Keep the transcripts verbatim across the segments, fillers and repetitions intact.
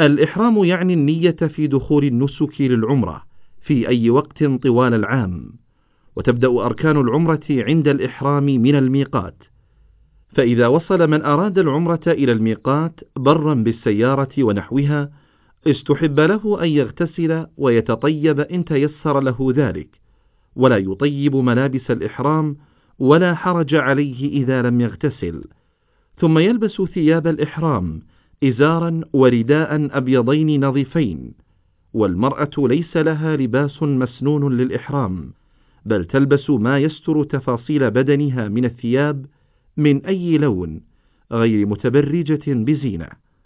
الإحرام يعني النية في دخول النسك للعمرة في أي وقت طوال العام، وتبدأ أركان العمرة عند الإحرام من الميقات. فإذا وصل من أراد العمرة إلى الميقات برا بالسيارة ونحوها، استحب له أن يغتسل ويتطيب إن تيسر له ذلك، ولا يطيب ملابس الإحرام، ولا حرج عليه إذا لم يغتسل. ثم يلبس ثياب الإحرام، إزارا ورداء أبيضين نظيفين. والمرأة ليس لها لباس مسنون للإحرام، بل تلبس ما يستر تفاصيل بدنها من الثياب من أي لون، غير متبرجة بزينة.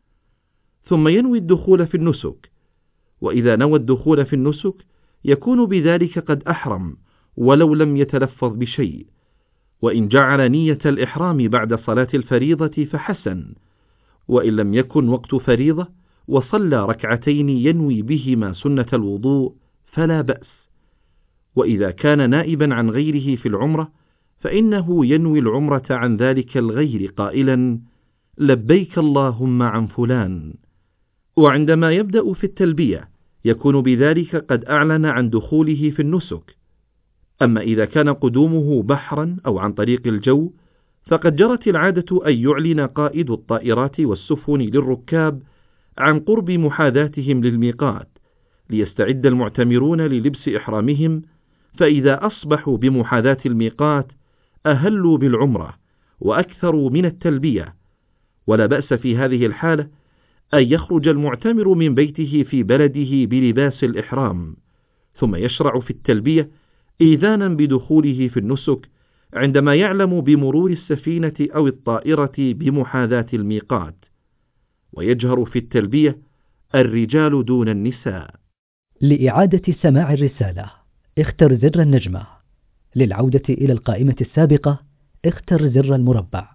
ثم ينوي الدخول في النسك، وإذا نوى الدخول في النسك يكون بذلك قد أحرم ولو لم يتلفظ بشيء. وإن جعل نية الإحرام بعد صلاة الفريضة فحسن، وإن لم يكن وقت فريضة وصلى ركعتين ينوي بهما سنة الوضوء فلا بأس. وإذا كان نائبا عن غيره في العمرة فإنه ينوي العمرة عن ذلك الغير قائلا: لبيك اللهم عن فلان. وعندما يبدأ في التلبية يكون بذلك قد أعلن عن دخوله في النسك. أما إذا كان قدومه بحرا أو عن طريق الجو فقد جرت العادة أن يعلن قائد الطائرات والسفن للركاب عن قرب محاذاتهم للميقات، ليستعد المعتمرون للبس إحرامهم، فإذا أصبحوا بمحاذاة الميقات أهلوا بالعمرة وأكثروا من التلبية. ولا بأس في هذه الحالة أن يخرج المعتمر من بيته في بلده بلباس الإحرام، ثم يشرع في التلبية إيذانا بدخوله في النسك عندما يعلم بمرور السفينة أو الطائرة بمحاذاة الميقات. ويجهر في التلبية الرجال دون النساء. لإعادة سماع الرسالة اختر زر النجمة. للعودة إلى القائمة السابقة اختر زر المربع.